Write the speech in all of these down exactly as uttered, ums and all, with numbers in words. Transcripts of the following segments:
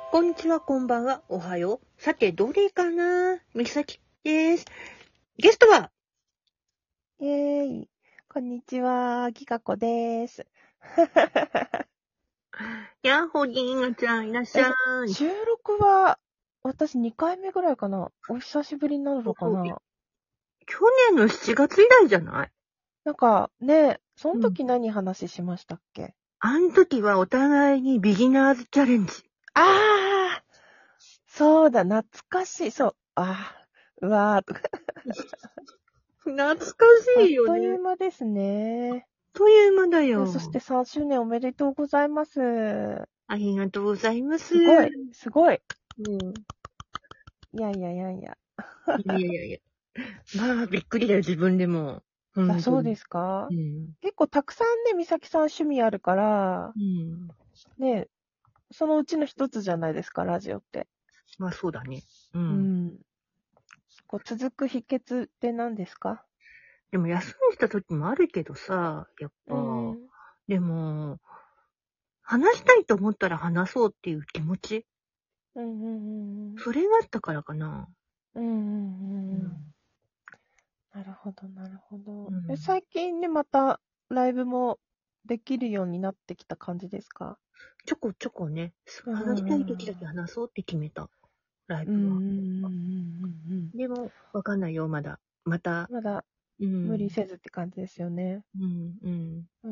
こんにちは、こんばんは、おはよう。さて、どれかな？みきさきです。ゲストはイェーイ。こんにちは、きかこです。 やっほーぎんがちゃん、いらっしえ、 ゃい。 収録は、私にかいめぐらいかな。お久しぶりになるのかそうな。 去年のしちがつ以来じゃない？ なんか、ね、そのうん。 時何話しましたっけ？ あん時はお互いにビギナーズチャレンジ。 あー、そうだ、懐かしい。そう、あー、うわー、 懐かあっしいよね。 という間ですね。 という間だよ。 そしてさんしゅうねんおめでとうございます。 ありがとうございます。 すごい、すごい。 うん。 いやいやいやいや。 いやいやいや。まあ、びっくりだよ、自分でも。 あ、 本当に。 そうですか？ うん。 結構たくさんね、みさきさん趣味あるから、 うん。 ね、そのうちの一つじゃないですか、ラジオって。 まあ、そうだね。ううん。 ん。こう続く秘訣って何ですか？ でも休んでた時もあるけどさ、やっぱ、 うん。 でも、話したいと思ったら話そうっていう気持ち、 うんうんうんうん。 それがあったからかな。 うんうんうんうん。 うん。 なるほど、なるほど。え、 うん。 最近ね、またライブもできるようになってきた感じですか？ ちょこちょこね、 うん話したい時だうんけ話そうって決めた、ライうん。うんうんうんブは。 うんうん。 でも、わかんないよ、まだ。また、 まだうん。 無理せずって感じですよね。 うん、うん。 うん。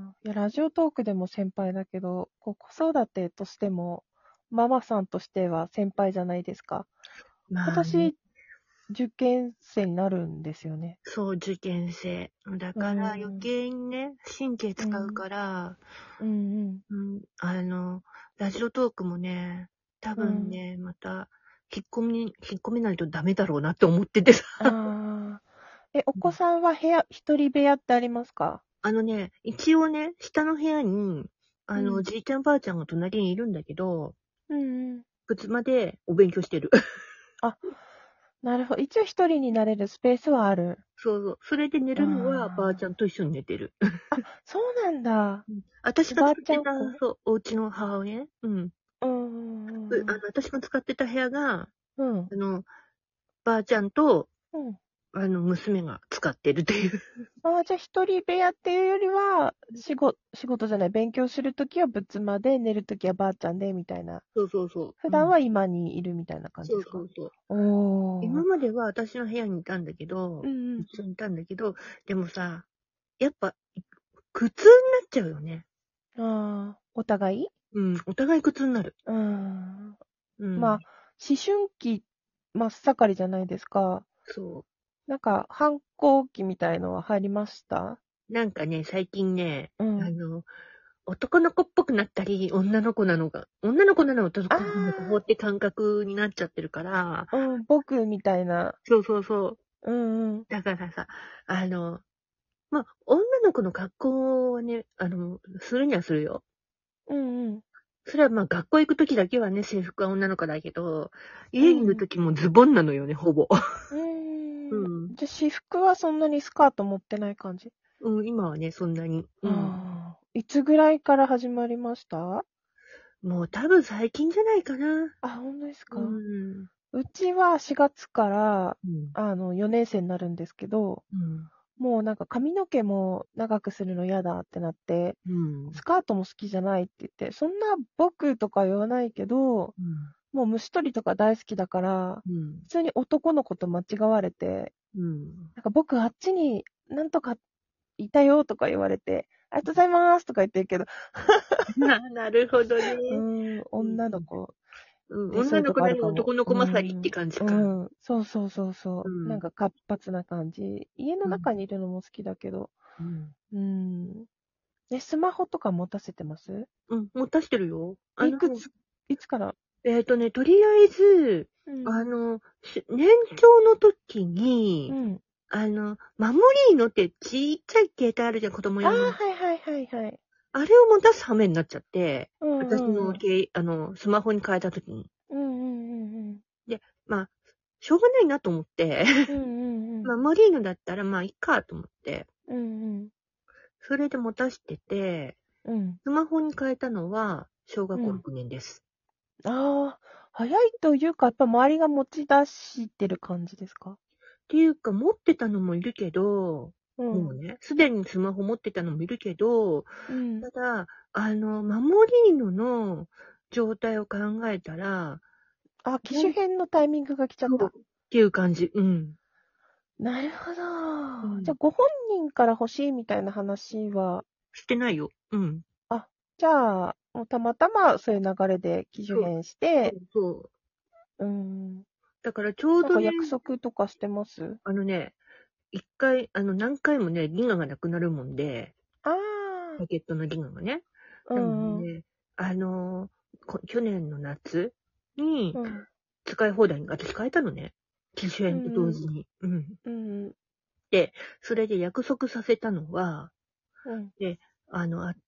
いや、ラジオトークでも先輩だけど、こう子育てとしても、ママさんとしては先輩じゃないですか。今まあね、 年、受験生になるんですよね。 そう、受験生。だうから余ん。 計にね、神経使ううん。 から、 うんうん、あの、ラジオトークもね、多うん。うん。 分ね、また、引っ込み、引っ込めないとダメだろうなって思っててさ。 ああ。え、お子さんは部屋、一人部屋ってありますか？ あのね、一応ね、下の部屋に、あの、 うん。 じいちゃんばあちゃんが隣にいるんだけど、 うんうん。 靴までお勉強してる。 あ、なるほど。一応一人になれるスペースはある。 そうそう。それで寝るのはばあちゃんあと一緒に寝てる。 あ。あ、そうなんだ。 うん、私おばあが使ってた、 ちゃん子。 そう、お家の母親ね。うん。 うんうあの、 うん私が使ってた部屋が、 うん。うん。 あの、ばあちゃんと、 うん。 あの、娘が使ってるっていう。 ああ、じゃあ一人部屋っていうよりは、仕事、仕事じゃない、勉強するときは仏間で、寝るときはばあちゃんで、みたいな。 そうそうそう。 普うん。 段は今にいるみたいな感じそうですか？ そうそう。 おー。 今までは私の部屋にいたんだけど、 うん一緒にいたんだけど、でもさ、やっぱ、苦痛になっちゃうよね。 うん。ああ、お互い。 うん、お互い苦痛になる。 うん。 うん、 まあ、思春期真っ盛りじゃないですか。 そなんか、反抗期みたいのは入りました？ う。なんかね、最近ね、 うん。 あの、男の子っぽくなったり、女の子なのが、女の子なのかあ男の子って感覚になっちゃってるから、 あ、うん、僕みたいな。 そうそうそう。 うんうん。 だからさ、あの、まあ、女の子の格好はね、あの、するにはするよ。 うんうん。 それはまあ学校行くときだけはね、制服は女の子だけど、家にいるうんときもズボンなのよね、ほぼ。 うーん。 うん。 じゃ、私服はそんなにスカート持ってない感じ？ うん、今はね、そんなに。うん。 ああ。いつぐらいから始まりました？ もう多分最近じゃないかな。 あ、ほんとですうか？ ん。 うちはしがつから、 うん。 あの、よねん生になるんですけど、 うん。 もうなんか髪の毛も長くするの嫌だってなって、 うん。 スカートも好きじゃないって言って、そんな僕とか言わないけど、 うん。 もう虫取りとか大好きだから、 うん。 普通に男の子と間違われて、 うん。 なんか僕あっちになんとかいたよとか言われて、ありがとうございますとか言ってるけど、 な、なるほどね。 うーん、 うん。 女の子うん。 でそういうと女の子なりこあるかも。 男の子うー勝りってん、 感じか。 うん、そうそうそうそう。なんうん。 か活発な感じ。家のうん。 中にいるのも好きだけど、 うん。 うーん。え、スマホとか持たせてます？ うん。持たしてるよ。あの、 いくつ、いつから？ えっとね、とりあえず、 うん。 あの、し年長の時に、 うん。 あの、マモリーノってちっちゃい携帯あるじゃん、子供ああ、 用の。 はいはいはいはい。 あれを持たす羽目になっちゃって、 うんう私んうん。 のけい、あの、スマホに変えた時に。 うんうんうんうん。 で、まあ、しょうがないなと思って、 うんうんうん。 マモリーノだったらまあいいかと思って、 うんうん。 それで持たしてて、 うん。 スマホに変えたのは小学校うん。 ろくねんです。 ああ、早いというか、やっぱ周りが持ち出してる感じですか？ っていうか、持ってたのもいるけど、 うん。 もうね、すでにスマホ持ってたのもいるけど、 うん。 ただ、あの、守りのの状態を考えたら、 あ、機種ほん変のタイミングが来ちゃった。 とっていう感じ。うん。 なるほど。じゃあ、 うん。 ご本人から欲しいみたいな話は、 してないよ。うん。 あ、じゃあ、もうたまたまそういう流れで機種そう、 変して、 そうそう。 うん。 だからちょうどね、 なんか約束とかしてます？ あのね、一回、あの、何回もね、ギガがなくなるもんで、 ああ、 パケットのギガがね。 うなのんうん。 でね、あのこ去年の夏にうん。 使い放題に私変えたのね。機種変と同うん時に。うん。 うん。うんで、それで約束させたのは、 うん。 で、あの、あって、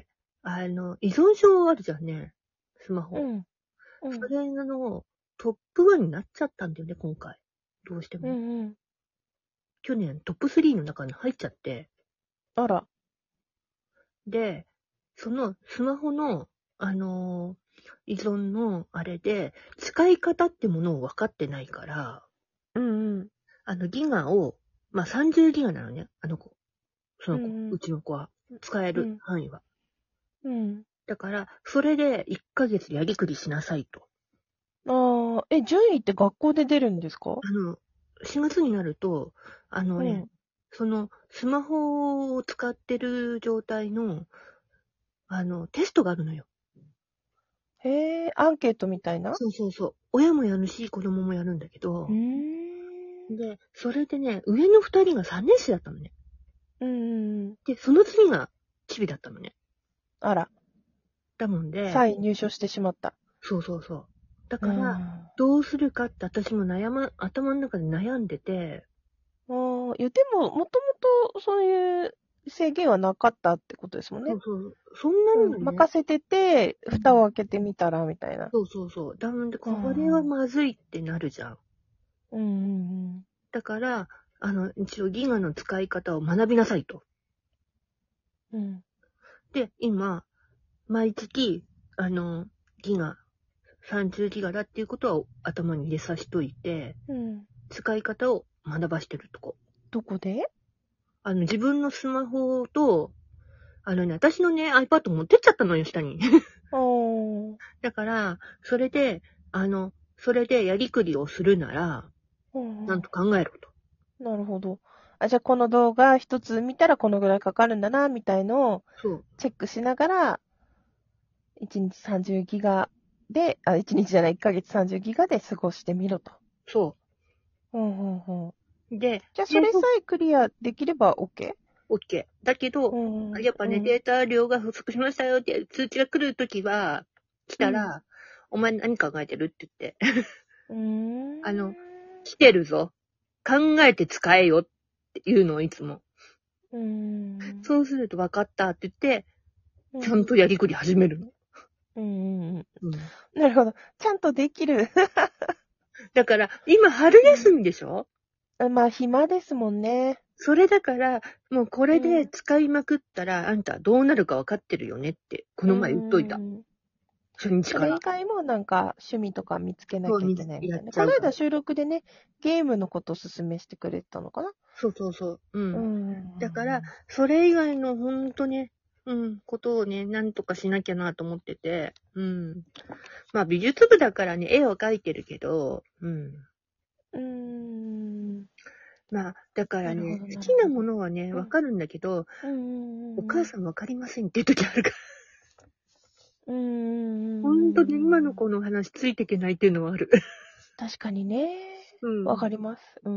あの、依存症あるじゃんね。スマホ。 うん。うん。 それのトップワンになっちゃったんだよね、今回。どうしても。 うんうん。 去年トップスリーの中に入っちゃって。 あら。 で、そのスマホの、あのー依存のあれで、使い方ってものを分かってないから、 うんうん。 あの、ギガを、まあ、さんじゅうギガなのね、あの子。その子、 うんうん。 うちの子は。使えるうん。 範囲は。 うん。 だから、それでいっかげつやりくりしなさいと。 ああ、え、順位って学校で出るんですか？ あの、しがつになると、あのね、 うん。 その、スマホを使ってる状態の、あの、テストがあるのよ。 へえ、アンケートみたいな？ そうそうそう。親もやるし、子供もやるんだけうーど、 ん。 で、それでね、上の二人がさんねん生だったのね。 うんうんうん。 で、その次がチビだったのね。 あら、 だもんで、 さんい入賞してしまった。 そうそうそう。だうーから、 ん。 どうするかって私も悩ま、頭の中で悩んでて、 ああ、いや、でも、もともとそういう制限はなかったってことですもんね。 そうそう、そんなうん、 にはね、 任せてて、 うん、 蓋を開けてみたら、みたいな。 そうそうそう。だもんで、 うこれはん。 まずいってなるじゃん。 うんうんだから、あの、一応ギガの使い方を学びなさいと。 うん。うん。 で、今、毎月、あの、ギガ、さんじゅうギガだっていうことは頭に入れさしといて、 うん。 使い方を学ばしてるとこ。 どこで？ あの、自分のスマホと、あのね、私のね、iPad 持ってっちゃったのよ、下に。 ああ。 だから、それで、あの、それでやりくりをするなら、 うんうん。 なんと考えろと。 なるほど。あ、じゃあこの動画一つ見たらこのぐらいかかるんだな、みたいのをそう。 チェックしながら、いちにちさんじゅうギガで、あ、いちにちじゃない、いっかげつさんじゅうギガで過ごしてみろと。 そうんうんうん。 う。で、 じゃあそで、 れさえクリアできれば OK？ OK。だけど、 うんうんやっぱね、 うん。 データ量が不足しましたよって通知が来るときは、来たうんら、お前何考えてるって言って、 うーん。 あの、来てるぞ。考えて使えよっていうのをいつも。 うーん。 そうすると分かったって言って、 うんちゃんとやりくり始めるの。 うんうんうん。 うん。 なるほど。ちゃんとできる。 だから、今春休みでしょ？ うんまあ、暇ですもんね。 それだから、もうこれでうん使いまくったら、あんたどうなるか分かってるよねって、こうの前言っといた。 ん。 初日それ以から。 外もなんか趣味とか見つけなそう、 きゃいみけないみたいな。 やっちゃうから。 この間収録でね、ゲームのことを勧めしてくれたのかな？ そうそうそう。ううん。 ん。 だから、それ以外のほんとね、うん、ことをね、なんとかしなきゃなと思ってて、うん。まあ美術部だからね、絵を描いてるけど、うん。 うーん。 まあ、だからね、 なるほど、 好なるほど。 きなものはね、 うん。 わかるんだけど、 うんうんおうんうん。 母さんわかりませんっていう時あるから。 うんうんうんほんとに今のうん。 子の話ついていけないっていうのはある。 確かにね。 うん。 わかります。うん。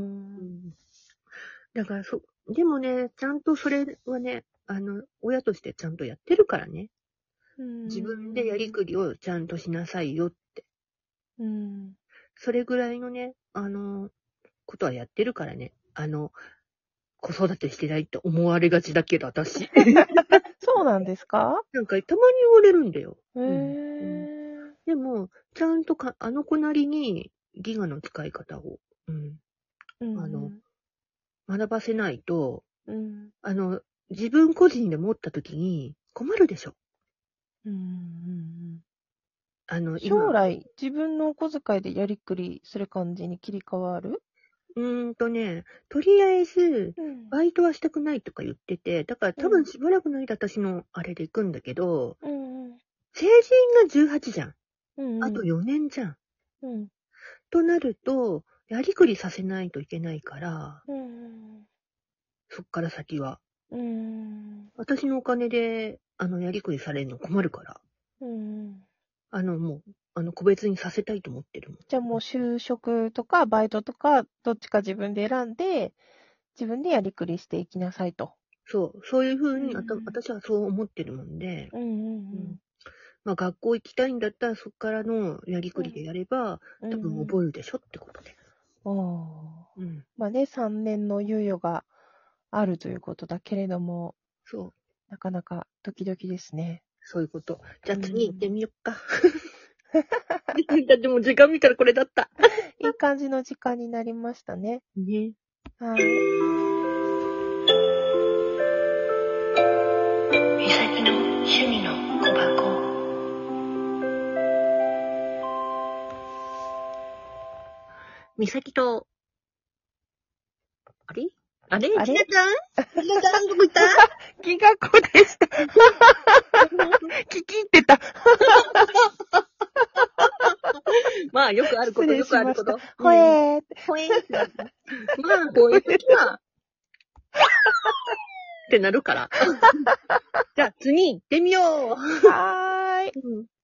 うん。だからそ、でもね、ちゃんとそれはね、あの、親としてちゃんとやってるからね。 う自分でやりん。 くりをちゃんとしなさいよって。 うん。 それぐらいのね、あの、ことはやってるからね。あの、子育てしてないって思われがちだけど、私。 そうなんですか？ なんか、たまに言われるんだよ。 へうん。うん、 え。 でも、ちゃんとか、あの子なりに、ギガの使い方を、うん。 うあの、 ん学ばせないと、 うん。うん。 あの、自分個人で持った時に困るでしょ。 うんうんあの、今、 将来、自分のお小遣いでやりくりする感じに切り替わる？ うーんとね、とりあえず、 うん。 バイトはしたくないとか言ってて、だから多分しばらくの間私のあれで行くんだけど、 うんうん。 成人がじゅうはちじゃん。 うんうん。 あとよねんじゃん。 うん。 となると、やりくりさせないといけないから、 うんうんそっから先は。 うん。うん私のお金で、あの、やりくりされるの困るから。 うん。 あの、もう、あの、個別にさせたいと思ってるもん。 じゃあもう就職とかバイトとか、どっちか自分で選んで、自分でやりくりしていきなさいと。 そう、そういうふうに、あたうん私はそう思ってるもんで、 うんうんううんん。 まあ、学校行きたいんだったら、そっからのやりくりでやれば、 うん多分覚えるでしょってことで。 おー。 うん。 まあね、さんねんの猶予があるということだけれども、 そう。 なかなかドキドキですね。 そういうこと。じゃあ次行ってみよっか。 うだってもう時間見たらこれだった。 いい感じの時間になりましたね。 ね。 はい。 美咲の趣味の小箱。美咲と、あれあれあれひなちゃんひなちゃんどこ行ったギガ子でした。聞き入ってた。 まあ、よくあること、 失礼よくあること。 ほえーって。 ほえーってなる。まあ、こういう時は、ってなるから。じゃあ次行ってみよう。 はーい。 うん